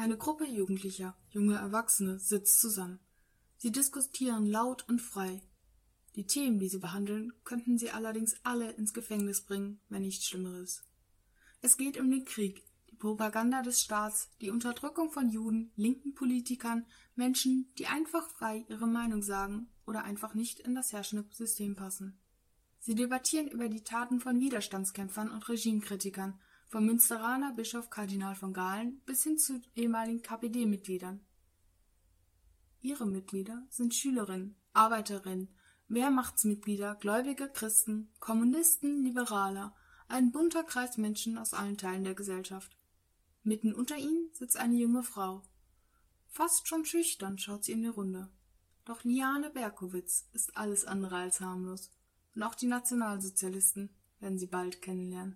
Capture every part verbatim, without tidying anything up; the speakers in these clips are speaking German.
Eine Gruppe Jugendlicher, junge Erwachsene, sitzt zusammen. Sie diskutieren laut und frei. Die Themen, die sie behandeln, könnten sie allerdings alle ins Gefängnis bringen, wenn nichts Schlimmeres. Es geht um den Krieg, die Propaganda des Staats, die Unterdrückung von Juden, linken Politikern, Menschen, die einfach frei ihre Meinung sagen oder einfach nicht in das herrschende System passen. Sie debattieren über die Taten von Widerstandskämpfern und Regimekritikern, vom Münsteraner Bischof Kardinal von Galen bis hin zu ehemaligen K P D-Mitgliedern. Ihre Mitglieder sind Schülerinnen, Arbeiterinnen, Wehrmachtsmitglieder, gläubige Christen, Kommunisten, Liberaler, ein bunter Kreis Menschen aus allen Teilen der Gesellschaft. Mitten unter ihnen sitzt eine junge Frau. Fast schon schüchtern schaut sie in die Runde. Doch Liane Berkowitz ist alles andere als harmlos. Und auch die Nationalsozialisten werden sie bald kennenlernen.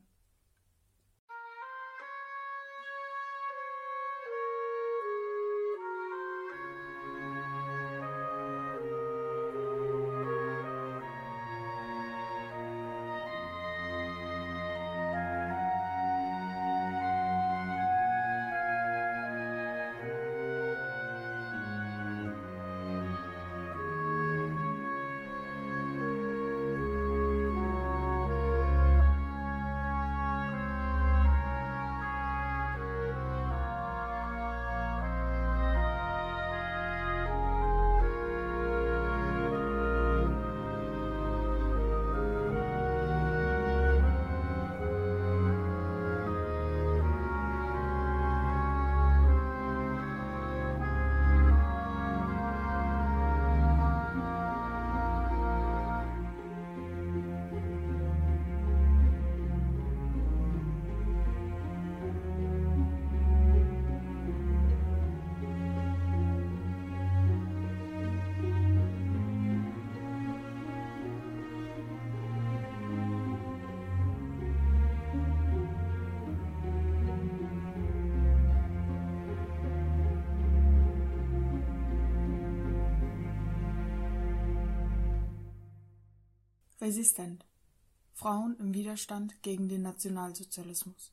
Resistent. Frauen im Widerstand gegen den Nationalsozialismus.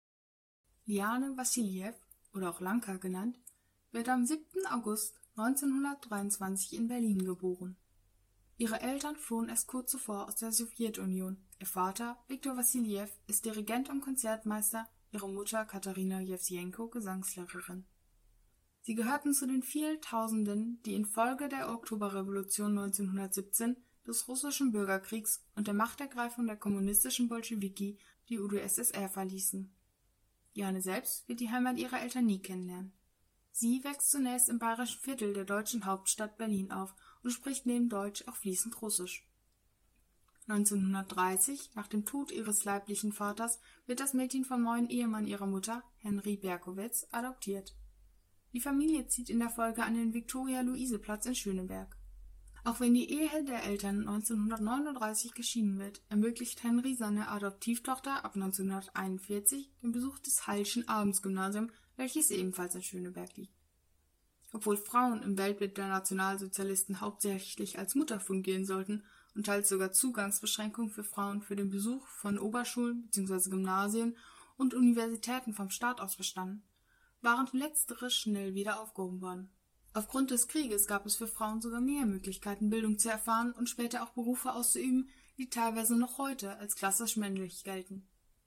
Liane Wassiljew, oder auch Lanka genannt, wird am siebten August neunzehnhundertdreiundzwanzig in Berlin geboren. Ihre Eltern flohen erst kurz zuvor aus der Sowjetunion. Ihr Vater, Viktor Wassiljew, ist Dirigent und Konzertmeister, ihre Mutter Katharina Jewsjenko Gesangslehrerin. Sie gehörten zu den vielen Tausenden, die infolge der Oktoberrevolution neunzehnhundertsiebzehn, des russischen Bürgerkriegs und der Machtergreifung der kommunistischen Bolschewiki die U d S S R verließen. Liane selbst wird die Heimat ihrer Eltern nie kennenlernen. Sie wächst zunächst im bayerischen Viertel der deutschen Hauptstadt Berlin auf und spricht neben Deutsch auch fließend Russisch. neunzehnhundertdreißig, nach dem Tod ihres leiblichen Vaters, wird das Mädchen vom neuen Ehemann ihrer Mutter, Henry Berkowitz, adoptiert. Die Familie zieht in der Folge an den Viktoria-Luise-Platz in Schöneberg. Auch wenn die Ehe der Eltern neunzehnhundertneununddreißig geschieden wird, ermöglicht Henry seiner Adoptivtochter ab neunzehnhunderteinundvierzig den Besuch des Heilschen Abendsgymnasium, welches ebenfalls in Schöneberg liegt. Obwohl Frauen im Weltbild der Nationalsozialisten hauptsächlich als Mutter fungieren sollten und teils sogar Zugangsbeschränkungen für Frauen für den Besuch von Oberschulen bzw. Gymnasien und Universitäten vom Staat aus bestanden, waren letztere schnell wieder aufgehoben worden. Aufgrund des Krieges gab es für Frauen sogar mehr Möglichkeiten, Bildung zu erfahren und später auch Berufe auszuüben, die teilweise noch heute als klassisch männlich gelten.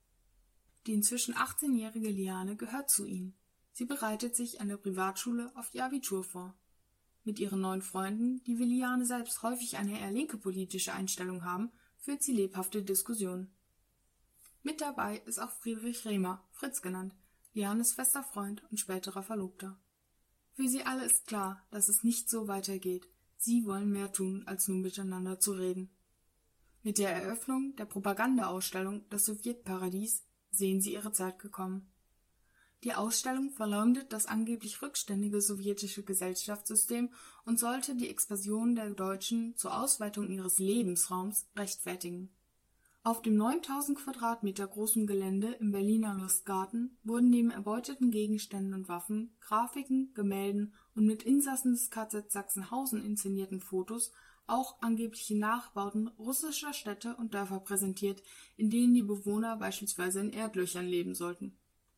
Die inzwischen achtzehnjährige Liane gehört zu ihnen. Sie bereitet sich an der Privatschule auf ihr Abitur vor. Mit ihren neuen Freunden, die wie Liane selbst häufig eine eher linke politische Einstellung haben, führt sie lebhafte Diskussionen. Mit dabei ist auch Friedrich Rehmer, Fritz genannt, Lianes fester Freund und späterer Verlobter. Für sie alle ist klar, dass es nicht so weitergeht. Sie wollen mehr tun, als nur miteinander zu reden. Mit der Eröffnung der Propagandaausstellung Das Sowjetparadies sehen sie ihre Zeit gekommen. Die Ausstellung verleumdet das angeblich rückständige sowjetische Gesellschaftssystem und sollte die Expansion der Deutschen zur Ausweitung ihres Lebensraums rechtfertigen. Auf dem neuntausend Quadratmeter großen Gelände im Berliner Lustgarten wurden neben erbeuteten Gegenständen und Waffen, Grafiken, Gemälden und mit Insassen des K Z Sachsenhausen inszenierten Fotos auch angebliche Nachbauten russischer Städte und Dörfer präsentiert, in denen die Bewohner beispielsweise in Erdlöchern leben sollten.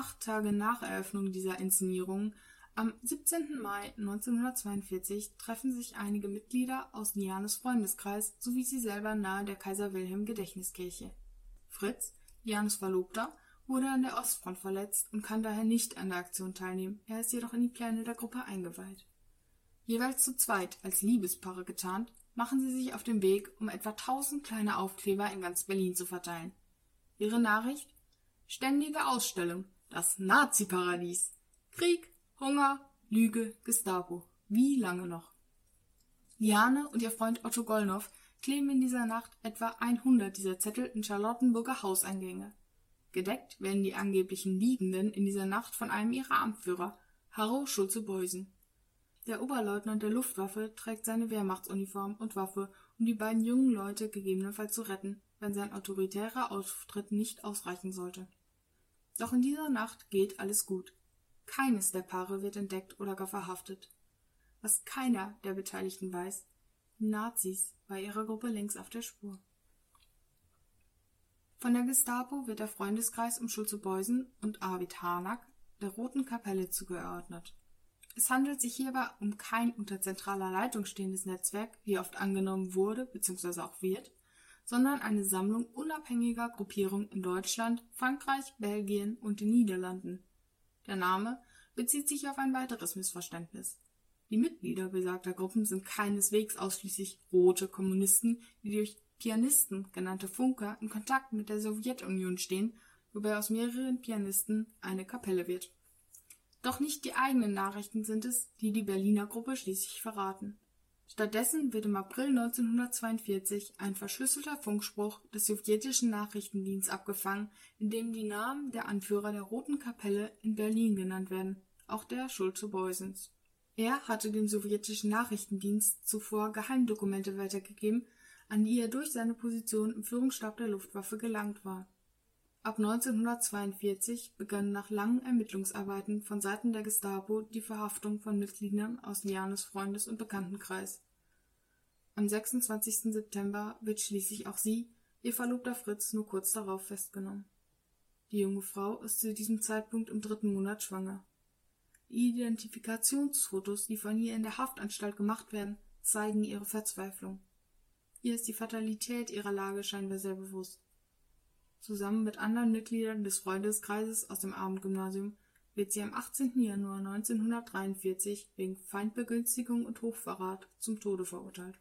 Acht Tage nach Eröffnung dieser Inszenierung, am siebzehnten Mai neunzehnhundertzweiundvierzig, treffen sich einige Mitglieder aus Lianes Freundeskreis sowie sie selber nahe der Kaiser-Wilhelm-Gedächtniskirche. Fritz, Lianes Verlobter, wurde an der Ostfront verletzt und kann daher nicht an der Aktion teilnehmen, er ist jedoch in die Pläne der Gruppe eingeweiht. Jeweils zu zweit, als Liebespaare getarnt, machen sie sich auf den Weg, um etwa tausend kleine Aufkleber in ganz Berlin zu verteilen. Ihre Nachricht? Ständige Ausstellung, das Nazi-Paradies. Krieg, Hunger, Lüge, Gestapo. Wie lange noch? Liane und ihr Freund Otto Gollnow kleben in dieser Nacht etwa hundert dieser Zettel in Charlottenburger Hauseingänge. Gedeckt werden die angeblichen Liegenden in dieser Nacht von einem ihrer Amtführer, Harro Schulze-Boysen. Der Oberleutnant der Luftwaffe trägt seine Wehrmachtsuniform und Waffe, um die beiden jungen Leute gegebenenfalls zu retten, wenn sein autoritärer Auftritt nicht ausreichen sollte. Doch in dieser Nacht geht alles gut. Keines der Paare wird entdeckt oder gar verhaftet. Was keiner der Beteiligten weiß, die Nazis war ihrer Gruppe längst auf der Spur. Von der Gestapo wird der Freundeskreis um Schulze-Boysen und Arvid Harnack der Roten Kapelle zugeordnet. Es handelt sich hierbei um kein unter zentraler Leitung stehendes Netzwerk, wie oft angenommen wurde bzw. auch wird, sondern eine Sammlung unabhängiger Gruppierungen in Deutschland, Frankreich, Belgien und den Niederlanden. Der Name bezieht sich auf ein weiteres Missverständnis. Die Mitglieder besagter Gruppen sind keineswegs ausschließlich rote Kommunisten, die durch Pianisten, genannte Funker, in Kontakt mit der Sowjetunion stehen, wobei aus mehreren Pianisten eine Kapelle wird. Doch nicht die eigenen Nachrichten sind es, die die Berliner Gruppe schließlich verraten. Stattdessen wird im April neunzehnhundertzweiundvierzig ein verschlüsselter Funkspruch des sowjetischen Nachrichtendienstes abgefangen, in dem die Namen der Anführer der Roten Kapelle in Berlin genannt werden, auch der Schulze-Boysens. Er hatte dem sowjetischen Nachrichtendienst zuvor Geheimdokumente weitergegeben, an die er durch seine Position im Führungsstab der Luftwaffe gelangt war. Ab neunzehnhundertzweiundvierzig begannen nach langen Ermittlungsarbeiten von Seiten der Gestapo die Verhaftung von Mitgliedern aus Lianes Freundes- und Bekanntenkreis. Am sechsundzwanzigsten September wird schließlich auch sie, ihr Verlobter Fritz, nur kurz darauf festgenommen. Die junge Frau ist zu diesem Zeitpunkt im dritten Monat schwanger. Die Identifikationsfotos, die von ihr in der Haftanstalt gemacht werden, zeigen ihre Verzweiflung. Ihr ist die Fatalität ihrer Lage scheinbar sehr bewusst. Zusammen mit anderen Mitgliedern des Freundeskreises aus dem Abendgymnasium wird sie am achtzehnten Januar neunzehnhundertdreiundvierzig wegen Feindbegünstigung und Hochverrat zum Tode verurteilt.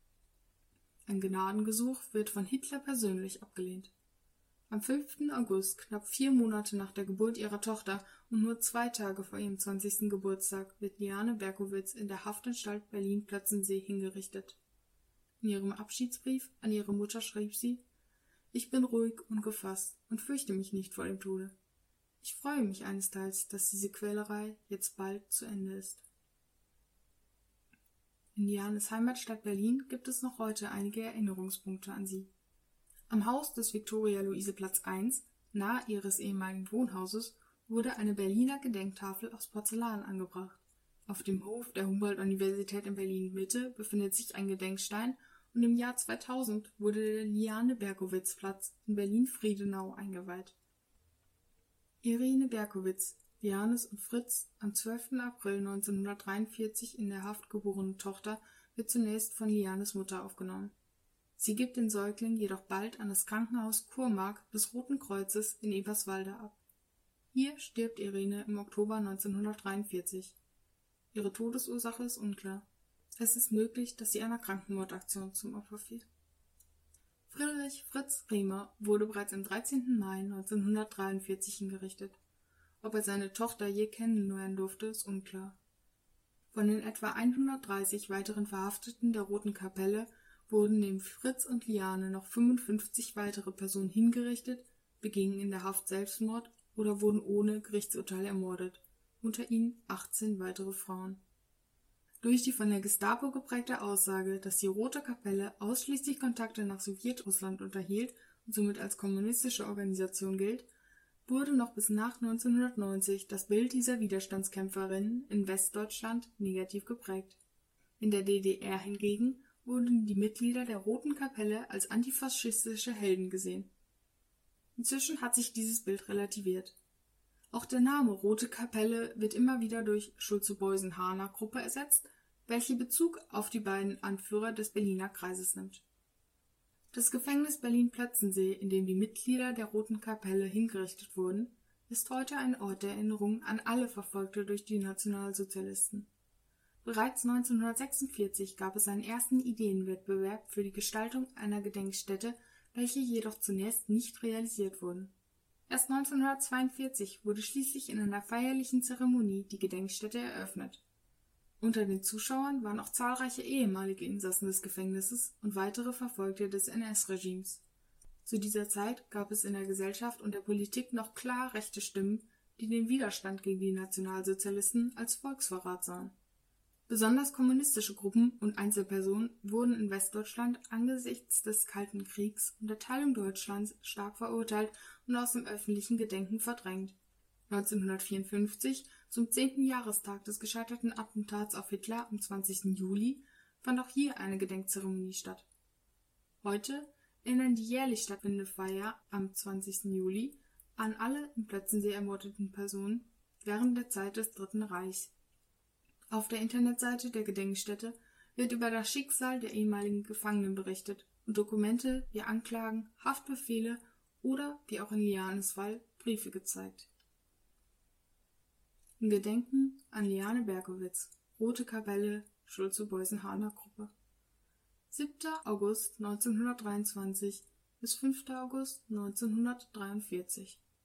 Ein Gnadengesuch wird von Hitler persönlich abgelehnt. Am fünften August, knapp vier Monate nach der Geburt ihrer Tochter und nur zwei Tage vor ihrem zwanzigsten Geburtstag, wird Liane Berkowitz in der Haftanstalt Berlin-Plötzensee hingerichtet. In ihrem Abschiedsbrief an ihre Mutter schrieb sie: Ich bin ruhig und gefasst und fürchte mich nicht vor dem Tode. Ich freue mich einesteils, dass diese Quälerei jetzt bald zu Ende ist. In Lianes Heimatstadt Berlin gibt es noch heute einige Erinnerungspunkte an sie. Am Haus des Viktoria-Luise-Platz eins, nahe ihres ehemaligen Wohnhauses, wurde eine Berliner Gedenktafel aus Porzellan angebracht. Auf dem Hof der Humboldt-Universität in Berlin-Mitte befindet sich ein Gedenkstein und im Jahr zweitausend wurde der Liane-Berkowitz-Platz in Berlin-Friedenau eingeweiht. Irene Berkowitz, Lianes und Fritz am zwölften April neunzehnhundertdreiundvierzig in der Haft geborene Tochter, wird zunächst von Lianes Mutter aufgenommen. Sie gibt den Säugling jedoch bald an das Krankenhaus Kurmark des Roten Kreuzes in Eberswalde ab. Hier stirbt Irene im Oktober neunzehnhundertdreiundvierzig. Ihre Todesursache ist unklar. Es ist möglich, dass sie einer Krankenmordaktion zum Opfer fiel. Friedrich Fritz Rehmer wurde bereits am dreizehnten Mai neunzehnhundertdreiundvierzig hingerichtet. Ob er seine Tochter je kennenlernen durfte, ist unklar. Von den etwa hundertdreißig weiteren Verhafteten der Roten Kapelle wurden neben Fritz und Liane noch fünfundfünfzig weitere Personen hingerichtet, begingen in der Haft Selbstmord oder wurden ohne Gerichtsurteil ermordet, unter ihnen achtzehn weitere Frauen. Durch die von der Gestapo geprägte Aussage, dass die Rote Kapelle ausschließlich Kontakte nach Sowjetrussland unterhielt und somit als kommunistische Organisation gilt, wurde noch bis nach neunzehnhundertneunzig das Bild dieser Widerstandskämpferinnen in Westdeutschland negativ geprägt. In der D D R hingegen wurden die Mitglieder der Roten Kapelle als antifaschistische Helden gesehen. Inzwischen hat sich dieses Bild relativiert. Auch der Name Rote Kapelle wird immer wieder durch Schulze-Boysen-Hahner-Gruppe ersetzt, welche Bezug auf die beiden Anführer des Berliner Kreises nimmt. Das Gefängnis Berlin-Plötzensee, in dem die Mitglieder der Roten Kapelle hingerichtet wurden, ist heute ein Ort der Erinnerung an alle Verfolgte durch die Nationalsozialisten. Bereits neunzehnhundertsechsundvierzig gab es einen ersten Ideenwettbewerb für die Gestaltung einer Gedenkstätte, welche jedoch zunächst nicht realisiert wurden. Erst neunzehnhundertzweiundvierzig wurde schließlich in einer feierlichen Zeremonie die Gedenkstätte eröffnet. Unter den Zuschauern waren auch zahlreiche ehemalige Insassen des Gefängnisses und weitere Verfolgte des N S-Regimes. Zu dieser Zeit gab es in der Gesellschaft und der Politik noch klar rechte Stimmen, die den Widerstand gegen die Nationalsozialisten als Volksverrat sahen. Besonders kommunistische Gruppen und Einzelpersonen wurden in Westdeutschland angesichts des Kalten Kriegs und der Teilung Deutschlands stark verurteilt und aus dem öffentlichen Gedenken verdrängt. neunzehnhundertvierundfünfzig, zum zehnten Jahrestag des gescheiterten Attentats auf Hitler am zwanzigsten Juli, fand auch hier eine Gedenkzeremonie statt. Heute erinnern die jährlich stattfindende Feier am zwanzigsten Juli an alle im Plötzensee ermordeten Personen während der Zeit des Dritten Reichs. Auf der Internetseite der Gedenkstätte wird über das Schicksal der ehemaligen Gefangenen berichtet und Dokumente wie Anklagen, Haftbefehle oder, wie auch in Lianes Fall, Briefe gezeigt. Im Gedenken an Liane Berkowitz, Rote Kapelle, Schulze-Boysen-Hahner-Gruppe. siebter August neunzehnhundertdreiundzwanzig bis fünfter August neunzehnhundertdreiundvierzig